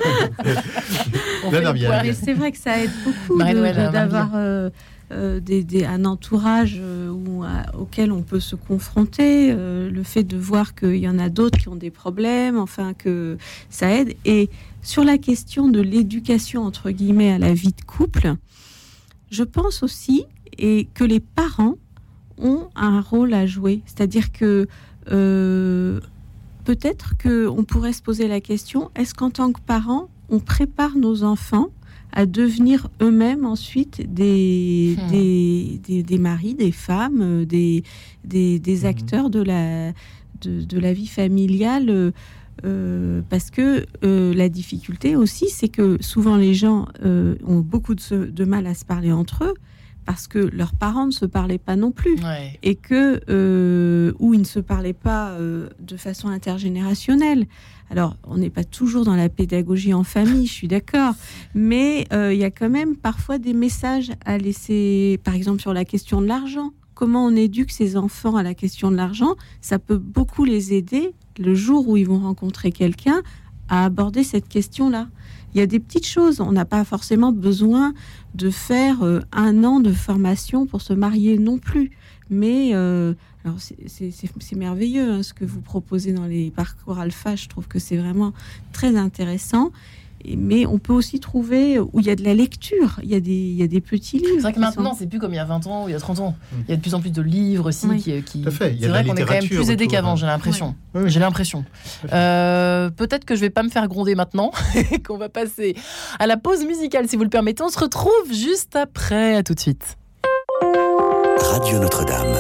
C'est vrai que ça aide beaucoup d'avoir un entourage auquel on peut se confronter, le fait de voir qu'il y en a d'autres qui ont des problèmes, enfin que ça aide. Et sur la question de l'éducation, entre guillemets, à la vie de couple, je pense aussi que les parents ont un rôle à jouer. C'est-à-dire que peut-être qu'on pourrait se poser la question, est-ce qu'en tant que parents, on prépare nos enfants à devenir eux-mêmes ensuite des maris, des femmes, des acteurs de la vie familiale, parce que la difficulté aussi, c'est que souvent les gens ont beaucoup de mal à se parler entre eux, parce que leurs parents ne se parlaient pas non plus, et que ou ils ne se parlaient pas de façon intergénérationnelle. Alors, on n'est pas toujours dans la pédagogie en famille, je suis d'accord, mais il y a quand même parfois des messages à laisser, par exemple sur la question de l'argent. Comment on éduque ses enfants à la question de l'argent, ça peut beaucoup les aider le jour où ils vont rencontrer quelqu'un à aborder cette question-là. Il y a des petites choses, on n'a pas forcément besoin de faire 1 an de formation pour se marier non plus. Mais alors c'est merveilleux hein, ce que vous proposez dans les parcours alpha, je trouve que c'est vraiment très intéressant. Mais on peut aussi trouver où il y a de la lecture, il y a des petits livres. C'est vrai que maintenant, c'est plus comme il y a 20 ans ou il y a 30 ans. Il y a de plus en plus de livres aussi. Qui... Tout à fait. C'est vrai qu'on est quand même plus aidé qu'avant, j'ai l'impression. Ouais. Oui. J'ai l'impression. Peut-être que je vais pas me faire gronder maintenant et qu'on va passer à la pause musicale, si vous le permettez. On se retrouve juste après. À tout de suite. Radio Notre-Dame.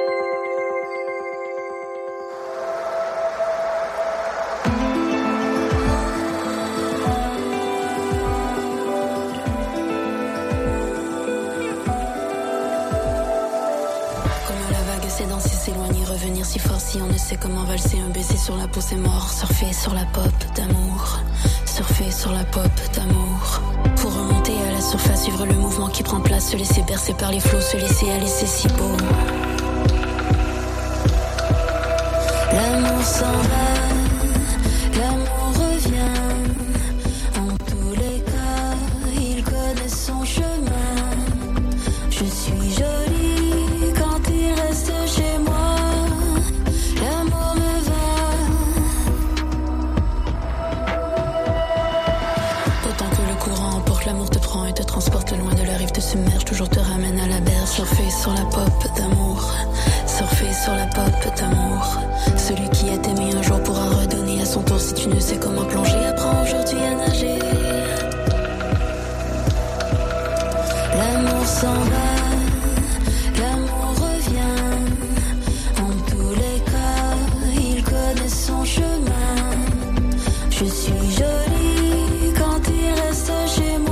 Si fort, si on ne sait comment valser un baiser sur la peau, c'est mort. Surfer sur la pop d'amour, surfer sur la pop d'amour. Pour remonter à la surface, suivre le mouvement qui prend place, se laisser bercer par les flots, se laisser aller, c'est si beau. L'amour s'en va, l'amour revient. En tous les cas, il connaît son chemin. Je suis jolie quand il reste chez moi. Et te transporte loin de la rive, te submerge, toujours te ramène à la berge. Surfer sur la pop d'amour, surfer sur la pop d'amour. Celui qui a aimé un jour pourra redonner à son tour. Si tu ne sais comment plonger, apprends aujourd'hui à nager. L'amour s'en va, l'amour revient. En tous les cas, il connaît son chemin. Je suis jolie quand il reste chez moi.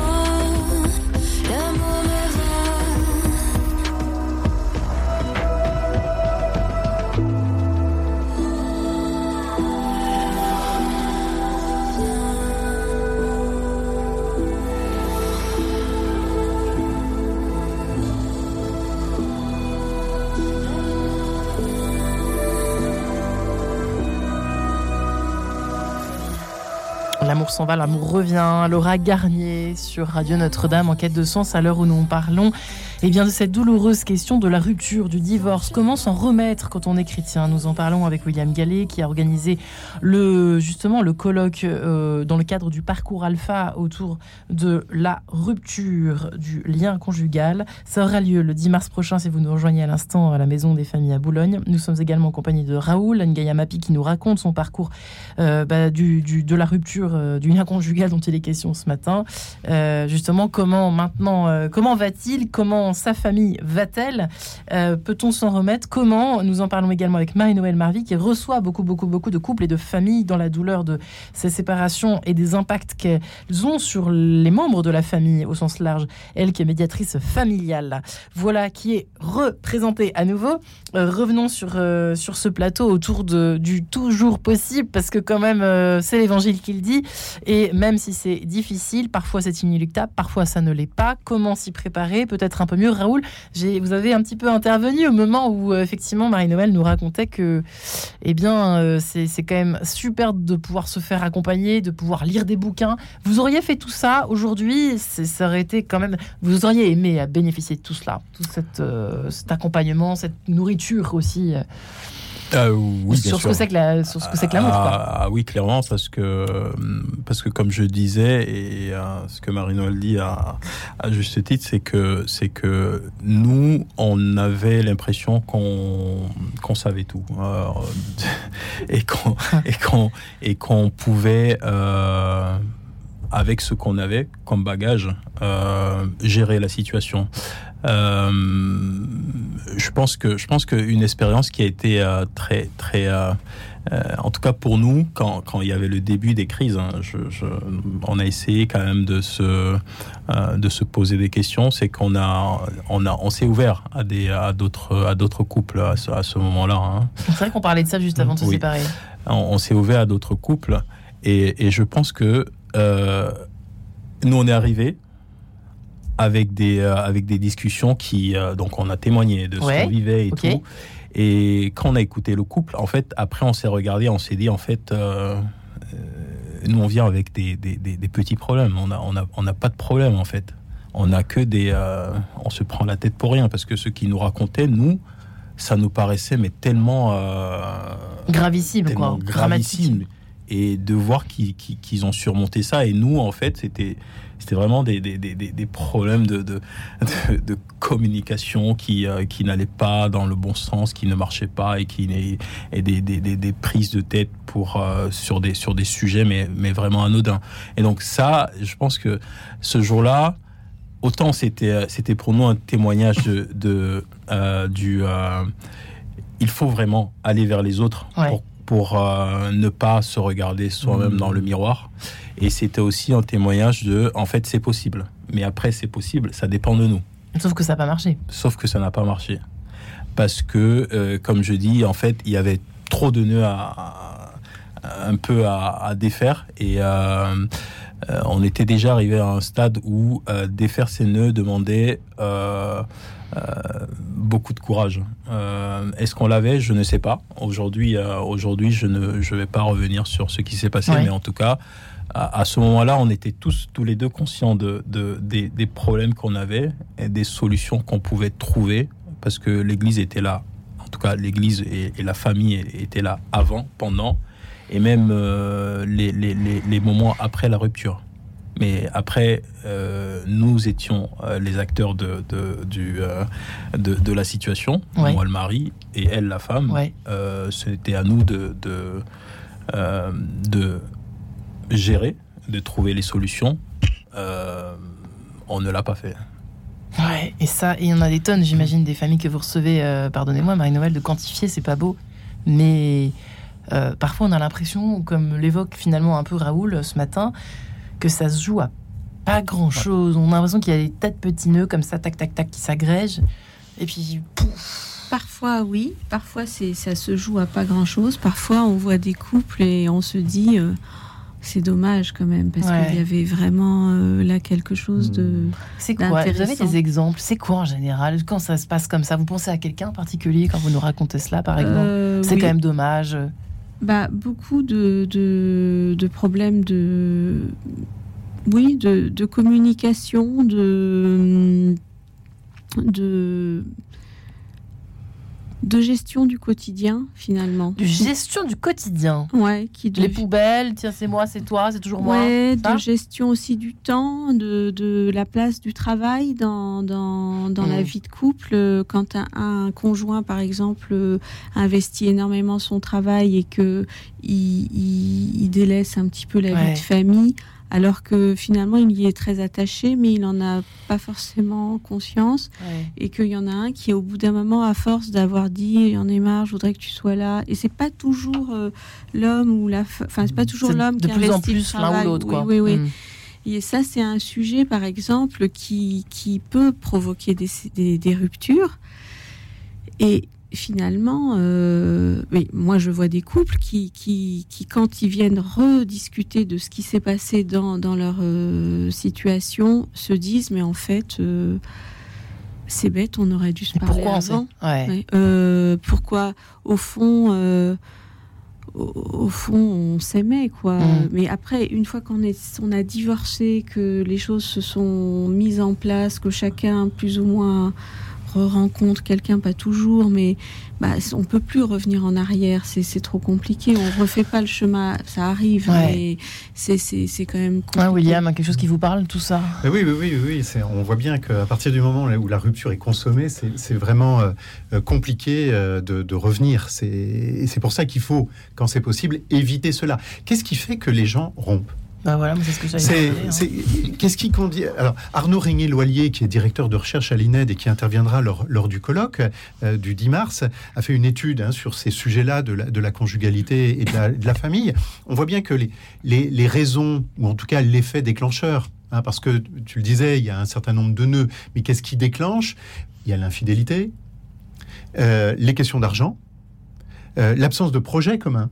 L'amour s'en va, l'amour revient. Laura Garnier sur Radio Notre-Dame en quête de sens à l'heure où nous en parlons. Et bien de cette douloureuse question de la rupture, du divorce, comment s'en remettre quand on est chrétien? Nous en parlons avec William Gallet qui a organisé le colloque dans le cadre du parcours Alpha autour de la rupture du lien conjugal. Ça aura lieu le 10 mars prochain si vous nous rejoignez à l'instant à la Maison des Familles à Boulogne. Nous sommes également en compagnie de Raoul Ngaïa Mapi qui nous raconte son parcours de la rupture du lien conjugal dont il est question ce matin. Justement, comment va-t-il? Comment sa famille va-t-elle? Peut-on s'en remettre? Comment? Nous en parlons également avec Marie-Noëlle Marvy qui reçoit beaucoup de couples et de familles dans la douleur de ces séparations et des impacts qu'elles ont sur les membres de la famille au sens large. Elle qui est médiatrice familiale. Voilà qui est représentée à nouveau. Revenons sur ce plateau autour du toujours possible parce que quand même c'est l'évangile qui le dit et même si c'est difficile, parfois c'est inéluctable, parfois ça ne l'est pas. Comment s'y préparer? Peut-être un peu mieux. Raoul, vous avez un petit peu intervenu au moment où effectivement Marie-Noëlle nous racontait que c'est quand même super de pouvoir se faire accompagner, de pouvoir lire des bouquins. Vous auriez fait tout ça aujourd'hui, ça aurait été quand même... Vous auriez aimé bénéficier de tout cela, tout cet accompagnement, cette nourriture aussi oui, sur ce que c'est que l'amour. Oui, clairement, parce que comme je disais, et ce que Marie-Noëlle dit à juste titre, c'est que nous, on avait l'impression qu'on savait tout et qu'on pouvait avec ce qu'on avait comme bagage gérer la situation. Je pense qu'une expérience qui a été très en tout cas pour nous quand il y avait le début des crises, on a essayé quand même de se poser des questions. C'est qu'on s'est ouvert à d'autres couples à ce moment-là. Hein. C'est vrai qu'on parlait de ça juste avant de se séparer. On s'est ouvert à d'autres couples et je pense que nous on est arrivés avec des discussions qui donc on a témoigné de ce qu'on vivait et tout. Et quand on a écouté le couple, en fait, après on s'est regardé, on s'est dit en fait, nous on vient avec des petits problèmes. On n'a pas de problème en fait. On a que on se prend la tête pour rien parce que ce qu'ils nous racontaient, nous, ça nous paraissait mais tellement gravissime, quoi, dramatique. Et de voir qu'ils ont surmonté ça. Et nous, en fait, c'était vraiment des problèmes de communication qui n'allaient pas dans le bon sens, qui ne marchaient pas et des prises de tête sur des sujets, mais vraiment anodins. Et donc ça, je pense que ce jour-là, autant c'était pour nous un témoignage il faut vraiment aller vers les autres pour ne pas se regarder soi-même dans le miroir. Et c'était aussi un témoignage en fait, c'est possible. Mais après, c'est possible, ça dépend de nous. Sauf que ça n'a pas marché. Sauf que ça n'a pas marché. Parce que, comme je dis, en fait, il y avait trop de nœuds un peu à défaire. Et on était déjà arrivé à un stade où défaire ces nœuds demandait... beaucoup de courage. Est-ce qu'on l'avait? Je ne sais pas. Aujourd'hui, je ne vais pas revenir sur ce qui s'est passé, mais en tout cas, à ce moment-là, on était tous les deux conscients des problèmes qu'on avait et des solutions qu'on pouvait trouver, parce que l'Église était là. En tout cas, l'Église et la famille étaient là avant, pendant, et même les moments après la rupture. Mais après, nous étions les acteurs de la situation, moi le mari et elle la femme. C'était à nous de gérer, de trouver les solutions. On ne l'a pas fait. Ouais, et il y en a des tonnes, j'imagine, des familles que vous recevez, pardonnez-moi Marie-Noëlle, de quantifier, c'est pas beau, mais parfois on a l'impression, comme l'évoque finalement un peu Raoul ce matin, que ça se joue à pas grand-chose. On a l'impression qu'il y a des tas de petits nœuds comme ça, tac, tac, tac, qui s'agrègent. Et puis, pouf. Parfois, oui. Parfois, ça se joue à pas grand-chose. Parfois, on voit des couples et on se dit... c'est dommage quand même, parce qu'il y avait vraiment là quelque chose de... C'est quoi? Vous avez des exemples? C'est quoi en général? Quand ça se passe comme ça, vous pensez à quelqu'un en particulier quand vous nous racontez cela, par exemple? C'est quand même dommage. Beaucoup de problèmes de communication, de de gestion du quotidien, finalement. De gestion du quotidien. Ouais, les poubelles, tiens, c'est moi, c'est toi, c'est toujours moi. Ouais, de gestion aussi du temps, de la place du travail dans la vie de couple. Quand un conjoint, par exemple, investit énormément son travail et que il délaisse un petit peu la vie de famille, alors que finalement il y est très attaché, mais il n'en a pas forcément conscience, et qu'il y en a un qui, au bout d'un moment, à force d'avoir dit j'en ai marre, je voudrais que tu sois là, et c'est pas toujours l'homme ou c'est pas toujours l'homme qui investit de plus en plus l'un ou l'autre, quoi. Oui. Et ça, c'est un sujet, par exemple, qui peut provoquer des ruptures. Et finalement, moi je vois des couples qui quand ils viennent rediscuter de ce qui s'est passé dans leur situation, se disent mais en fait c'est bête, on aurait dû se parler avant. Pourquoi au fond on s'aimait, quoi. Mais après, une fois qu'on a divorcé, que les choses se sont mises en place, que chacun plus ou moins rencontre quelqu'un, pas toujours, mais on peut plus revenir en arrière, c'est trop compliqué, on refait pas le chemin, ça arrive, mais c'est quand même compliqué. William, quelque chose qui vous parle, tout ça? Oui, on voit bien qu'à partir du moment où la rupture est consommée, c'est vraiment compliqué de revenir. C'est pour ça qu'il faut, quand c'est possible, éviter cela. Qu'est-ce qui fait que les gens rompent? Voilà, c'est ce que j'avais Qu'est-ce qui conduit... Alors, Arnaud Régnier-Loilier, qui est directeur de recherche à l'INED et qui interviendra lors du colloque du 10 mars, a fait une étude sur ces sujets-là de la conjugalité et de la famille. On voit bien que les raisons, ou en tout cas l'effet déclencheur, parce que tu le disais, il y a un certain nombre de nœuds, mais qu'est-ce qui déclenche? Il y a l'infidélité, les questions d'argent, l'absence de projet commun,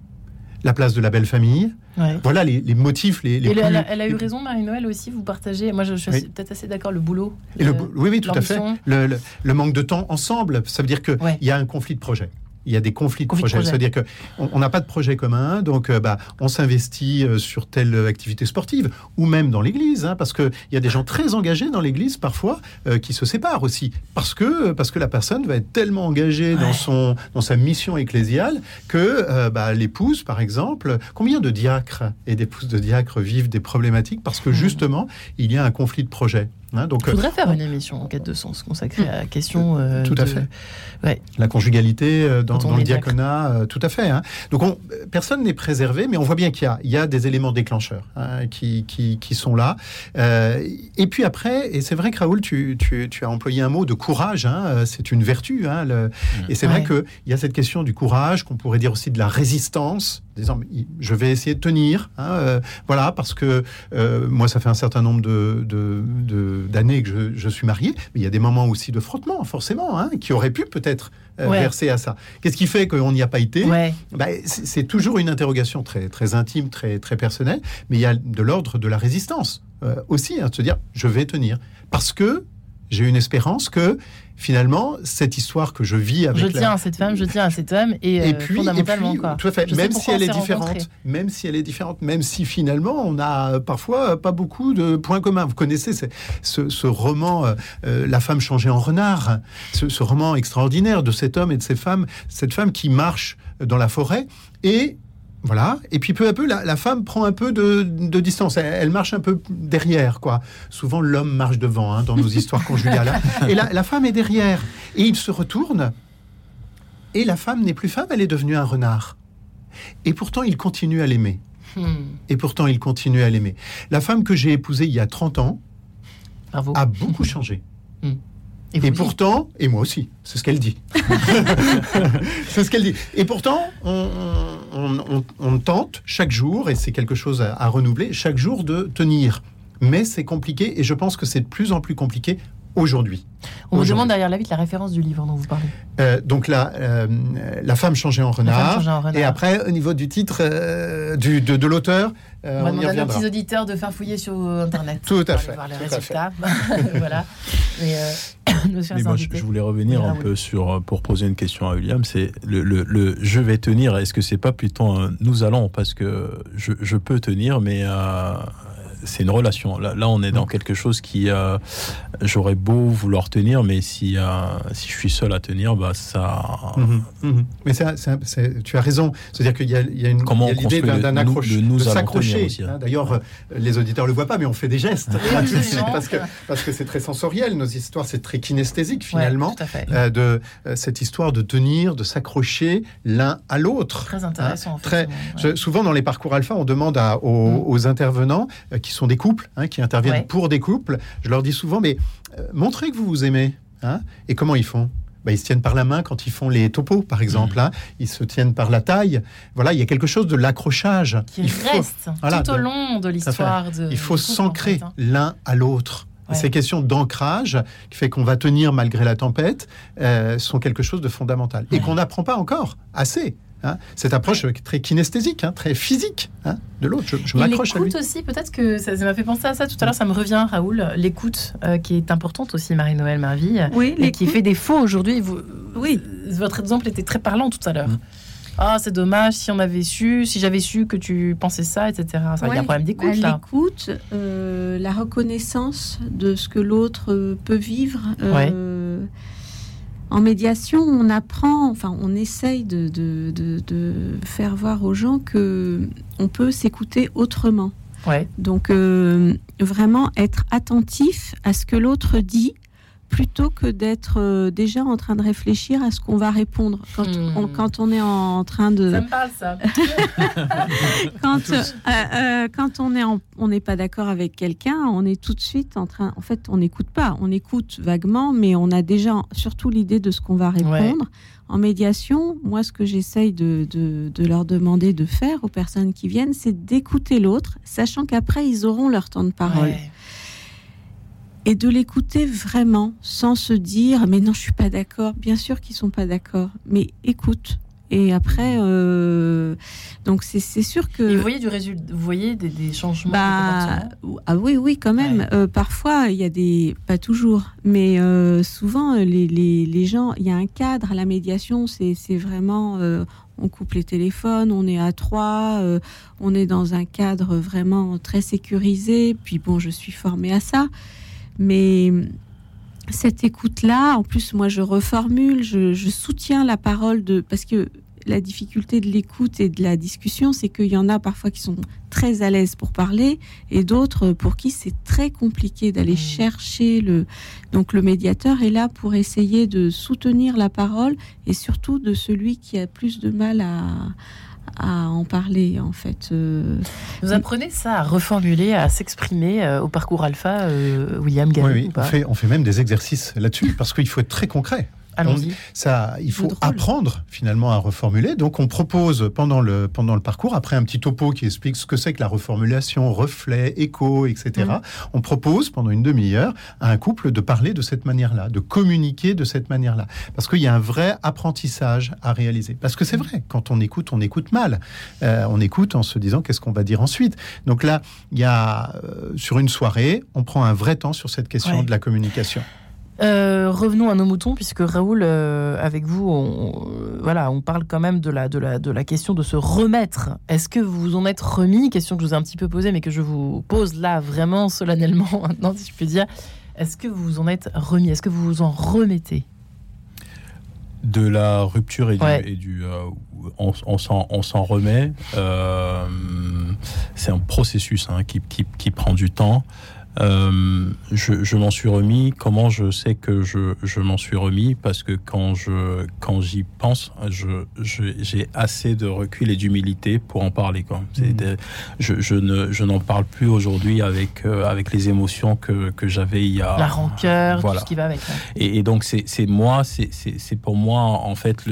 la place de la belle famille. Voilà les motifs les plus... Elle a eu raison, Marie-Noël, aussi, vous partagez. Moi, je suis peut-être assez d'accord, le boulot. Oui, tout à fait. Le manque de temps ensemble, ça veut dire qu'il y a un conflit de projet. Il y a des conflits de projet. C'est-à-dire qu'on n'a pas de projet commun, donc on s'investit sur telle activité sportive, ou même dans l'église, parce qu'il y a des gens très engagés dans l'église, parfois, qui se séparent aussi, parce que la personne va être tellement engagée dans sa mission ecclésiale que l'épouse, par exemple, combien de diacres et d'épouses de diacres vivent des problématiques parce que, justement, il y a un conflit de projet. Donc, je voudrais faire une émission en quête de sens consacrée à la question tout à fait. La conjugalité dans le diaconat, tout à fait. Donc personne n'est préservé, mais on voit bien qu'il y a des éléments déclencheurs qui sont là. Et puis après, et c'est vrai que Raoul, tu as employé un mot de courage, c'est une vertu. Et c'est vrai qu'il y a cette question du courage, qu'on pourrait dire aussi de la résistance, disant je vais essayer de tenir, voilà, parce que moi ça fait un certain nombre d'années que je suis marié, mais il y a des moments aussi de frottement, forcément, qui auraient pu peut-être verser à ça. Qu'est-ce qui fait qu'on n'y a pas été? C'est toujours une interrogation très, très intime, très, très personnelle, mais il y a de l'ordre de la résistance aussi, de se dire je vais tenir, parce que j'ai une espérance que finalement, cette histoire que je vis avec... Je tiens à cette femme, je tiens à cet homme, et puis, fondamentalement, quoi. Tout à fait, même si elle est différente, même si finalement, on n'a parfois pas beaucoup de points communs. Vous connaissez ce roman, La femme changée en renard, ce roman extraordinaire de cet homme et de cette femme qui marche dans la forêt, et... Voilà, et puis peu à peu, la femme prend un peu de distance. Elle marche un peu derrière, quoi. Souvent, l'homme marche devant, dans nos histoires conjugales. Et la femme est derrière. Et il se retourne, et la femme n'est plus femme, elle est devenue un renard. Et pourtant, il continue à l'aimer. La femme que j'ai épousée il y a 30 ans a beaucoup changé. Et pourtant, et moi aussi, c'est ce qu'elle dit. Et pourtant, on tente chaque jour, et c'est quelque chose à renouveler, chaque jour de tenir. Mais c'est compliqué, et je pense que c'est de plus en plus compliqué aujourd'hui. On vous demande derrière la vitre la référence du livre dont vous parlez. Donc la femme changée en renard. Et après, au niveau du titre de l'auteur, on va demander aux petits auditeurs de faire fouiller sur Internet. Tout à fait. Voir les résultats. Voilà. Mais moi, je voulais revenir un peu pour poser une question à William. C'est le je vais tenir. Est-ce que c'est pas plutôt un nous allons, parce que je peux tenir, mais c'est une relation. Là, on est dans quelque chose qui, j'aurais beau vouloir tenir, mais si je suis seul à tenir, ça. Mais tu as raison. C'est-à-dire qu'il y a l'idée d'un accroche, de s'accrocher. Aussi, hein. D'ailleurs, les auditeurs le voient pas, mais on fait des gestes parce que c'est très sensoriel. Nos histoires, c'est très kinesthésique finalement. De cette histoire de tenir, de s'accrocher l'un à l'autre. Très intéressant. Souvent dans les parcours alpha, on demande aux intervenants qui sont des couples, qui interviennent pour des couples. Je leur dis souvent, mais montrez que vous vous aimez. Et comment ils font ? Ils se tiennent par la main quand ils font les topos, par exemple. Ils se tiennent par la taille. Voilà, il y a quelque chose de l'accrochage. Qui reste tout au long de l'histoire. Il faut s'ancrer l'un à l'autre. Ces questions d'ancrage qui fait qu'on va tenir malgré la tempête sont quelque chose de fondamental et qu'on n'apprend pas encore assez. Cette approche très kinesthésique, très physique de l'autre. Je m'accroche à lui. L'écoute aussi, peut-être que ça m'a fait penser à ça tout à l'heure, ça me revient, Raoul. L'écoute qui est importante aussi, Marie-Noëlle Marville, et qui fait défaut aujourd'hui. Votre exemple était très parlant tout à l'heure. C'est dommage, si j'avais su que tu pensais ça, etc. Il y a un problème d'écoute là. L'écoute, la reconnaissance de ce que l'autre peut vivre. En médiation, on apprend, on essaye de faire voir aux gens que on peut s'écouter autrement. Donc, vraiment être attentif à ce que l'autre dit, plutôt que d'être déjà en train de réfléchir à ce qu'on va répondre. Quand on est en train de... Ça me parle, ça. Quand on n'est pas d'accord avec quelqu'un, on est tout de suite en train... En fait, on n'écoute pas. On écoute vaguement, mais on a déjà surtout l'idée de ce qu'on va répondre. En médiation, moi, ce que j'essaye de leur demander de faire aux personnes qui viennent, c'est d'écouter l'autre, sachant qu'après, ils auront leur temps de parole. Et de l'écouter vraiment, sans se dire « mais non, je suis pas d'accord ». Bien sûr qu'ils sont pas d'accord, mais écoute. Et après, donc c'est sûr que... Et vous voyez des changements de comportement ? Oui, quand même. Parfois, il y a des... Pas toujours, mais souvent, les gens... Il y a un cadre à la médiation, c'est vraiment... on coupe les téléphones, on est à 3, on est dans un cadre vraiment très sécurisé. Puis bon, je suis formée à ça. Mais cette écoute-là, en plus, moi, je reformule, je soutiens la parole parce que la difficulté de l'écoute et de la discussion, c'est qu'il y en a parfois qui sont très à l'aise pour parler et d'autres pour qui c'est très compliqué d'aller chercher Donc, le médiateur est là pour essayer de soutenir la parole et surtout de celui qui a plus de mal à en parler, en fait. Vous apprenez ça, à reformuler, à s'exprimer au parcours alpha, William Galli, Oui, on fait même des exercices là-dessus, parce qu'il faut être très concret. Allons-y. Il faut apprendre finalement à reformuler. Donc on propose pendant le parcours, après un petit topo qui explique ce que c'est que la reformulation, reflet, écho, etc. On propose pendant une demi-heure à un couple de parler de cette manière-là, de communiquer de cette manière-là. Parce qu'il y a un vrai apprentissage à réaliser. Parce que c'est vrai, quand on écoute mal. On écoute en se disant qu'est-ce qu'on va dire ensuite. Donc là, il y a sur une soirée, on prend un vrai temps sur cette question de la communication. Revenons à nos moutons, puisque Raoul, avec vous, on parle quand même de la question de se remettre. Est-ce que vous vous en êtes remis ? Question que je vous ai un petit peu posée, mais que je vous pose là vraiment solennellement maintenant, si je puis dire. Est-ce que vous vous en êtes remis ? Est-ce que vous vous en remettez ? De la rupture et du on s'en remet. C'est un processus qui prend du temps. Je m'en suis remis. Comment je sais que je m'en suis remis? Parce que quand j'y pense, j'ai assez de recul et d'humilité pour en parler. Je n'en parle plus aujourd'hui avec les émotions que j'avais il y a... La rancœur, tout ce qui va avec. Et donc c'est pour moi en fait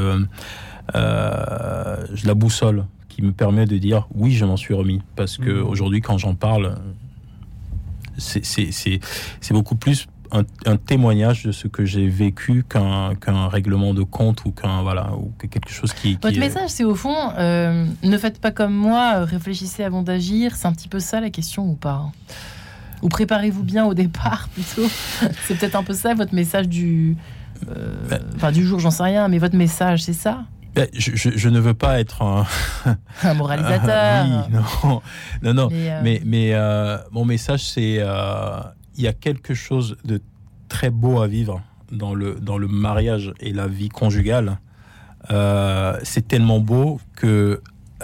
la boussole qui me permet de dire oui, je m'en suis remis. Parce que aujourd'hui, quand j'en parle, c'est beaucoup plus un témoignage de ce que j'ai vécu qu'un règlement de compte ou que quelque chose qui... Votre message, c'est au fond, ne faites pas comme moi, réfléchissez avant d'agir. C'est un petit peu ça la question ou pas? Ou préparez-vous bien au départ plutôt. C'est peut-être un peu ça votre message du jour, j'en sais rien, mais votre message, c'est ça? Je ne veux pas être un moralisateur. Oui, non. Mais mon message, c'est il y a quelque chose de très beau à vivre dans le mariage et la vie conjugale. C'est tellement beau que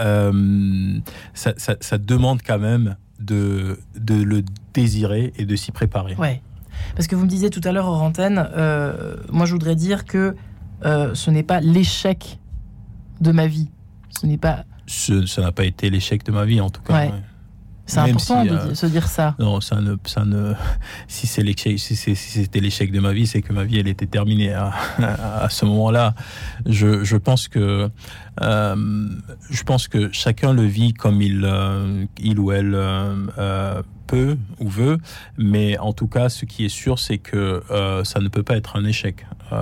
ça demande quand même de le désirer et de s'y préparer. Ouais. Parce que vous me disiez tout à l'heure hors antenne, moi je voudrais dire que ce n'est pas l'échec de ma vie. Ça n'a pas été l'échec de ma vie, en tout cas. Ouais. C'est même important de se dire ça. Non, si c'était l'échec de ma vie, c'est que ma vie, elle était terminée à ce moment-là. Je pense que chacun le vit comme il ou elle peut ou veut, mais en tout cas, ce qui est sûr, c'est que ça ne peut pas être un échec.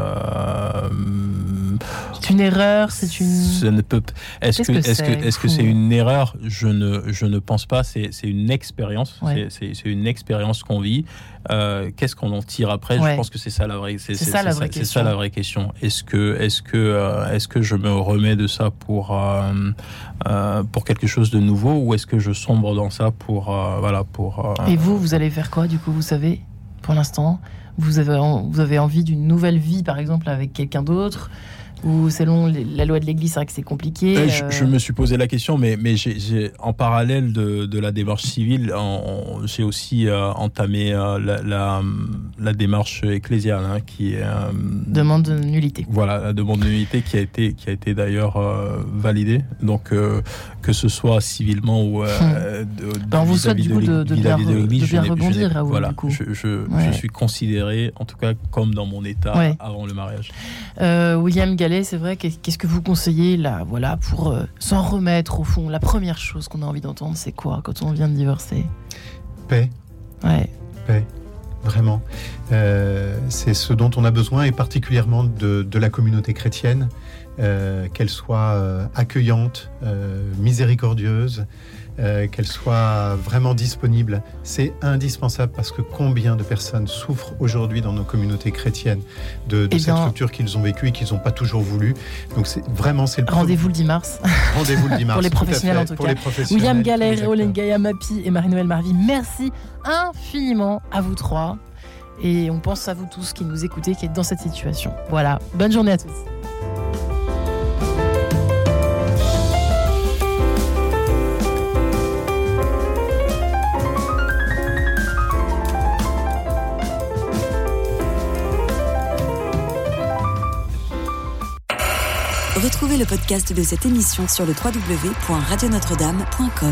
C'est une erreur, c'est une. Ça ne peut. Est-ce que c'est une erreur ? Je ne pense pas. C'est une expérience. Ouais. C'est une expérience qu'on vit. Qu'est-ce qu'on en tire après ? Ouais. Je pense que c'est ça la vraie. C'est ça la vraie question. Est-ce que je me remets de ça pour quelque chose de nouveau, ou est-ce que je sombre dans ça pour. Et vous allez faire quoi du coup ? Vous savez, pour l'instant, vous avez envie d'une nouvelle vie, par exemple, avec quelqu'un d'autre ? Ou selon la loi de l'Église, c'est vrai que c'est compliqué. Je me suis posé la question, mais j'ai en parallèle de la démarche civile, j'ai aussi entamé la démarche ecclésiale, qui est demande de nullité. Voilà, la demande de nullité qui a été d'ailleurs validée. Donc que ce soit civilement ou on vous souhaite du coup de bien rebondir, Raoul. Voilà, du coup. Je suis considéré, en tout cas, comme dans mon état avant le mariage. William Gallet, c'est vrai, qu'est-ce que vous conseillez là, pour s'en remettre au fond ? La première chose qu'on a envie d'entendre, c'est quoi quand on vient de divorcer ? Paix. Ouais. Paix, vraiment. C'est ce dont on a besoin, et particulièrement de la communauté chrétienne, qu'elle soit accueillante, miséricordieuse, qu'elle soit vraiment disponible. C'est indispensable, parce que combien de personnes souffrent aujourd'hui dans nos communautés chrétiennes de cette rupture qu'ils ont vécue et qu'ils n'ont pas toujours voulu. Donc rendez-vous le 10 mars. Rendez-vous le 10 mars. Pour les professionnels, en tout cas. William Gallet, Raoul Ngaïa Mapi et Marie-Noëlle Marvy, merci infiniment à vous trois. Et on pense à vous tous qui nous écoutez, qui êtes dans cette situation. Voilà, bonne journée à tous. Retrouvez le podcast de cette émission sur le www.radionotre-dame.com.